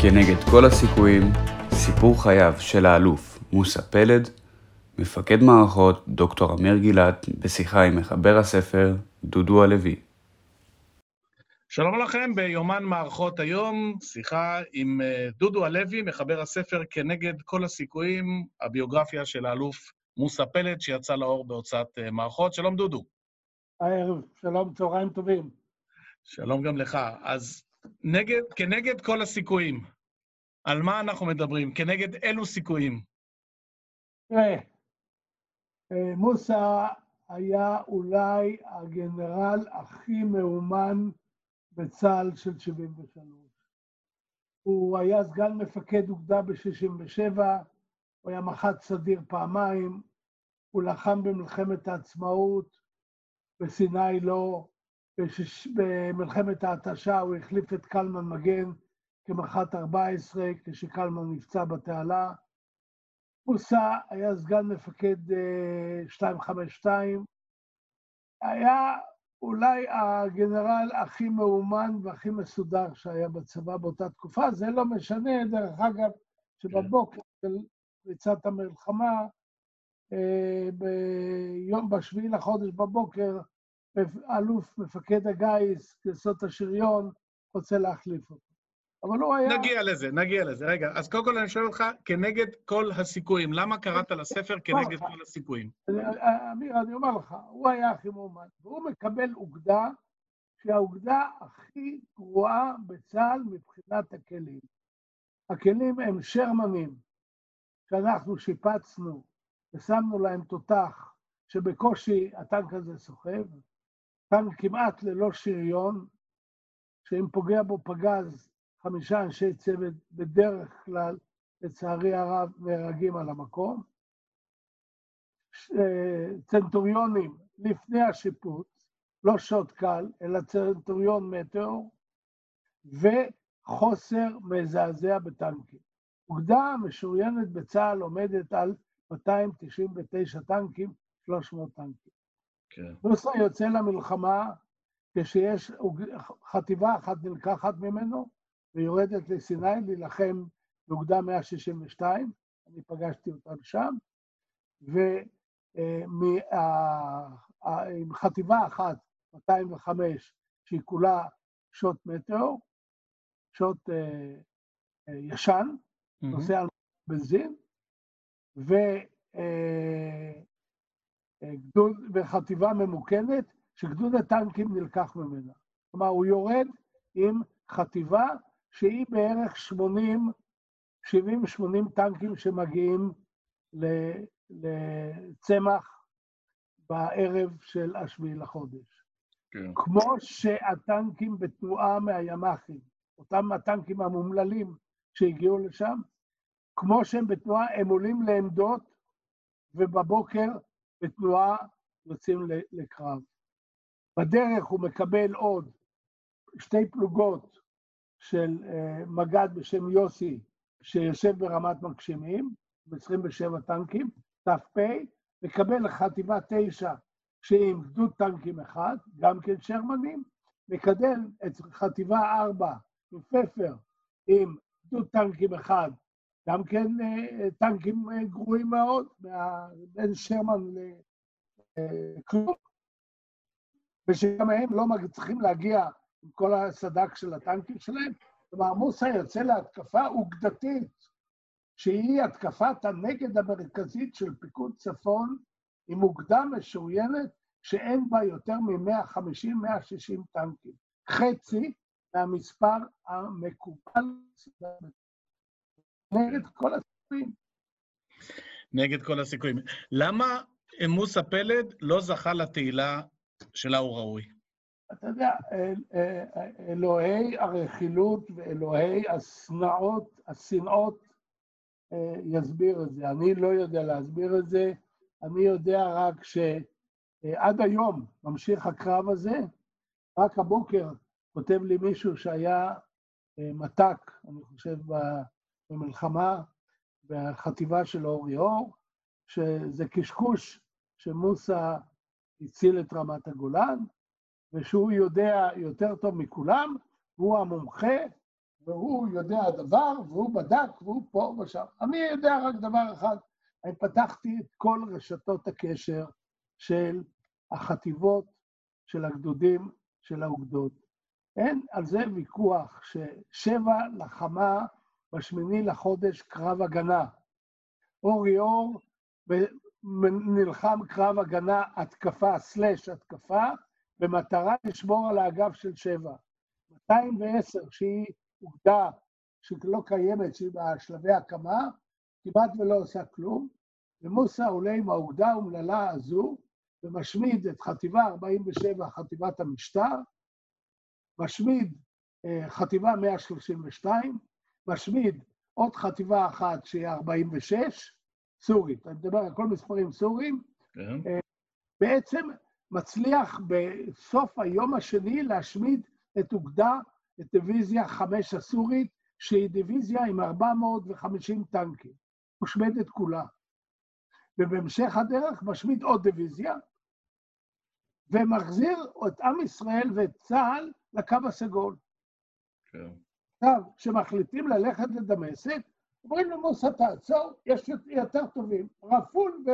כנגד כל הסיכויים, סיפור חייו של האלוף מוסא פלד, מפקד מערכות דוקטור אמיר גילת בשיחה עם מחבר הספר דודו הלוי. שלום לכם, ביומן מערכות היום, שיחה עם דודו הלוי, מחבר הספר כנגד כל הסיכויים, הביוגרפיה של האלוף מוסא פלד, שיצא לאור בהוצאת מערכות. שלום דודו. הערב, שלום, צהריים טובים. שלום גם לך. אז כנגד כל הסיכויים, על מה אנחנו מדברים? כנגד אילו סיכויים? תראה, מוסא היה אולי הגנרל הכי מאומן בצה"ל של 73. הוא היה סגן מפקד אוגדה ב-67, הוא היה מח"ט סדיר פעמיים, הוא לחם במלחמת העצמאות, בסיני לא, במלחמת ההתשה הוא החליף את קלמן מגן כמח"ט 14, כשקלמן נפצע בתעלה. מוסא היה סגן מפקד 252, היה אולי הגנרל הכי מאומן והכי מסודר שהיה בצבא באותה תקופה. זה לא משנה, דרך אגב, שבבוקר של פריצת המלחמה, בשביעי לחודש בבוקר, אלוף מפקד הגיס, כסות השריון, רוצה להחליף אותו. אבל הוא היה... נגיע לזה. רגע, אז קודם כל אני שואל אותך, כנגד כל הסיכויים, למה קראת לספר כנגד כל הסיכויים? אמיר, אני אומר לך, הוא היה הכי מאומן, והוא מקבל אוגדה, שהאוגדה הכי גרועה בצה"ל מבחינת הכלים. הכלים הם שרמנים, שאנחנו שיפצנו, ושמנו להם תותח, שבקושי הטנק הזה סוחב, טנק כמעט ללא שריון, שאם פוגע בו פגז, 5 אנשי צוות בדרך כלל, לצערי הרב, נהרגים על המקום. צנטוריונים לפני השיפוץ, לא שוט קל, אלא צנטוריון מטאור, וחוסר מזעזע בטנקים. אוגדה משוריינת בצה"ל עומדת על 299 טנקים, 300 טנקים. כן. מוסא יוצא למלחמה כשיש חטיבה אחת נלקחת ממנו, ויורדת לסיני להילחם באוגדה 162, אני פגשתי אותם שם, ועם חטיבה אחת, 205, שהיא כולה שוט מטאור, שוט ישן, נוסע על בנזין, וחטיבה ממוקדת, שגדוד הטנקים נלקח ממנה. כלומר, הוא יורד עם חטיבה שהיא בערך 70-80 טנקים שמגיעים לצמח בערב של השביעי לחודש. כן. כמו שהטנקים בתנועה מהימ"חים, אותם הטנקים המומללים שהגיעו לשם, כמו שהם בתנועה, הם עולים לעמדות, ובבוקר בתנועה יוצאים לקרב. בדרך הוא מקבל עוד 2 פלוגות של מג"ד בשם יוסי, שיושב ברמת מגשימים, 27 טנקים, ת"פ, מקבל חטיבה 9, שהיא עם גדוד טנקים אחד, גם כן שרמנים, מקבל את חטיבה 4, עם פפר, עם גדוד טנקים אחד, גם כן טנקים גרועים מאוד, בין שרמן לכלום, ושגם הם לא צריכים להגיע עם כל הסדק של הטנקים שלהם. כלומר, מוסא יוצא להתקפה אוגדתית, שהיא התקפת הנגד המרכזית של פיקוד צפון, עם אוגדה משוריינת שאין בה יותר מ-150-160 טנקים. חצי מהמספר המקובל נגד כל הסיכויים. נגד כל הסיכויים. למה מוסא פלד לא זכה לתהילה שלה הוא ראוי? אתה יודע, אלוהי הרכילות ואלוהי השנאות יסביר את זה. אני לא יודע להסביר את זה, אני יודע רק שעד היום ממשיך הקרב הזה, רק הבוקר כותב לי מישהו שהיה מתק, אני חושב, במלחמה, בחטיבה של אורי אור, שזה קשקוש שמוסא הציל את רמת הגולן, ושהוא יודע יותר טוב מכולם, הוא המומחה, והוא יודע דבר, והוא בדק, והוא פה ושם. אני יודע רק דבר אחד, אני פתחתי את כל רשתות הקשר של החטיבות, של הגדודים, של האוגדות. אין על זה ויכוח ששבע לחמה בשמיני לחודש קרב הגנה. אורי אור נלחם קרב הגנה התקפה / התקפה, במטרה לשמור על האגף של שבע. 210 שהיא אוגדה שלא קיימת, שהיא בשלבי הקמה, כמעט ולא עושה כלום, ומוסה עולה עם האוגדה האומללה הזו, ומשמיד את חטיבה 47, חטיבת המשטר, משמיד חטיבה 132, משמיד עוד חטיבה אחת שהיא 46, סורית, אני מדבר על כל מספרים סורים, בעצם מצליח בסוף היום השני להשמיד את אוגדה, את דיוויזיה 5 הסורית, שהיא דיוויזיה עם 450 טנקים, משמיד את כולה. ובהמשך הדרך משמיד עוד דיוויזיה, ומחזיר את עם ישראל ואת צה"ל לקו הסגול. עכשיו, כשמחליטים ללכת לדמשק, אומרים למוסה תעצור, יש יותר טובים, רפול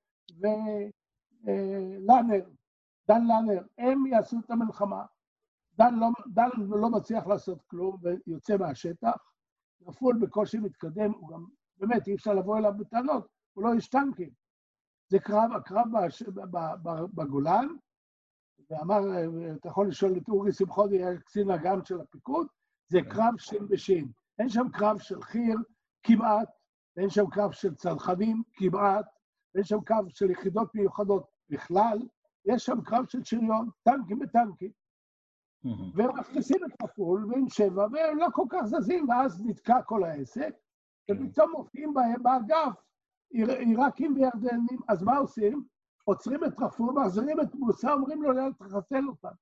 ולאנר, דן לאנר, הם יעשו את המלחמה. דן לא מצליח לעשות כלום ויוצא מהשטח, רפול בקושי מתקדם, הוא גם, באמת אי אפשר לבוא אליו בטענות, הוא לא איש טנקים. זה הקרב בגולן, ואמר, אתה יכול לשאול את אורי שמחוני, הקצין אג"ם של הפיקוד, זה קרב שין בשין. אין שם קרב של חי"ר כמעט, אין שם קרב של צנחנים כמעט, אין שם קרב של יחידות מיוחדות בכלל, יש שם קרב של שריון, טנקים בטנקים. והם מכניסים את רפול ועם שבע, והם לא כל כך זזים, ואז נתקע כל העסק, ופתאום מופיעים בהם באגף, עיראקים וירדנים, אז מה עושים? עוצרים את רפול, מחזירים את מוסה, אומרים לו, תחסל אותם.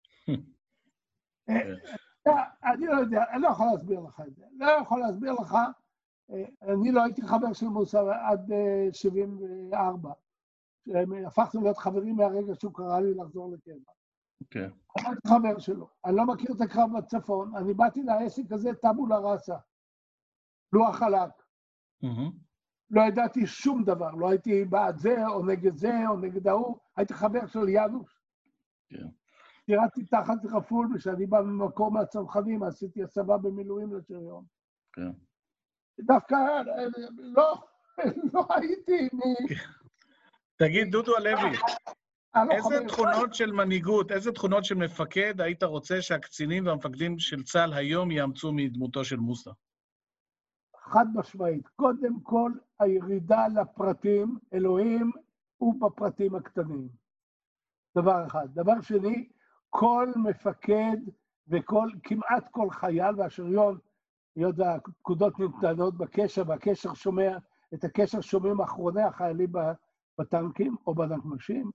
אני לא יודע, אני לא יכול להסביר לך את זה. לא יכול להסביר לך, אני לא הייתי חבר של מוסה עד 74. הפכנו להיות חברים מהרגע שהוא קרא לי לחזור לקבע. אני הייתי חבר שלו. אני לא מכיר את הקרב בצפון, אני באתי לעסק הזה טבולה ראסה. לוח חלק. לא ידעתי שום דבר, לא הייתי בעד זה, או נגד זה, או נגד ההוא, הייתי חבר של ינוש. שירתי תחת רפול, ושאני בא ממקום מהצנחנים, עשיתי הסבה במילואים לשריון. דווקא לא הייתי... תגיד, דודו הלוי, איזה תכונות של מנהיגות, איזה תכונות של מפקד היית רוצה שהקצינים והמפקדים של צה"ל היום יאמצו מדמותו של מוסה? חד משמעית. קודם כל, הירידה לפרטים, אלוהים הוא בפרטים הקטנים. דבר אחד. דבר שני, כל מפקד וכמעט כל חייל והשריון, יודע, פקודות ניתנות בקשר, והקשר שומע, את הקשר שומעים אחרוני החיילים בטנקים או בנגמ"שים,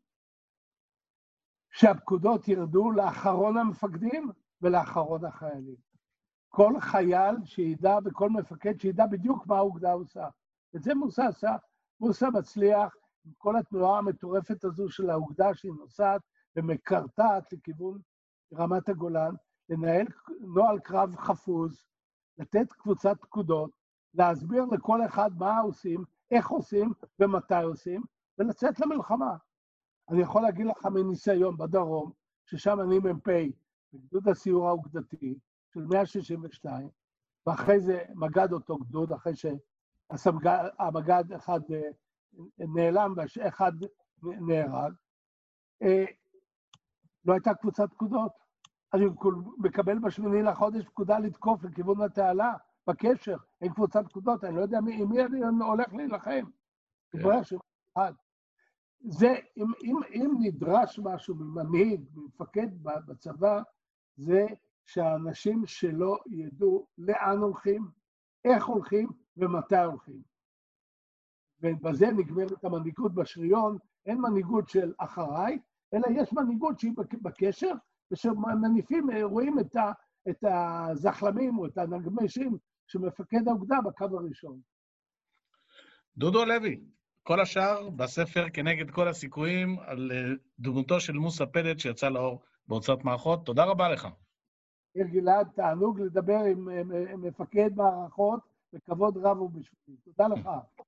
שהפקודות ירדו לאחרון המפקדים ולאחרון החיילים. כל חייל שידע וכל מפקד שידע בדיוק מה האוגדה עושה. את זה מוסה עשה. מוסה מצליח עם כל התנועה המטורפת הזו של האוגדה שהיא נוסעת ומקרטעת לכיוון רמת הגולן, לנהל נוהל קרב חפוז, לתת קבוצת פקודות, להסביר לכל אחד מה עושים, איך עושים ומתי עושים, ולצאת למלחמה. אני יכול להגיד לך מניסיון בדרום, ששם אני מ"פ בגדוד הסיור האוגדתי, של 162, ואחרי זה מגד אותו גדוד, אחרי שהמגד אחד נעלם ואחד נהרג, לא הייתה קבוצת פקודות. אני מקבל בשמיני לחודש פקודה לתקוף לכיוון התעלה, בקשר, אין קבוצת פקודות, אני לא יודע עם מי אני הולך להילחם. זה, אם נדרש משהו ממנהיג, ממפקד בצבא, זה שהאנשים שלא ידעו לאן הולכים, איך הולכים ומתי הולכים. ובזה נגמרת המנהיגות בשריון, אין מנהיגות של אחריי, אלא יש מנהיגות שהיא בקשר, ושמניפים, רואים את הזחלמים או את הנגמשים שמפקד האוגדה בקו הראשון. דודו הלוי, כל השאר בספר כנגד כל הסיכויים על דמותו של מוסה פלד שיצא לאור בהוצאת מערכות. תודה רבה לך. גלעד, תענוג לדבר עם מפקד מערכות, וכבוד רב הוא בשבילי. תודה לך.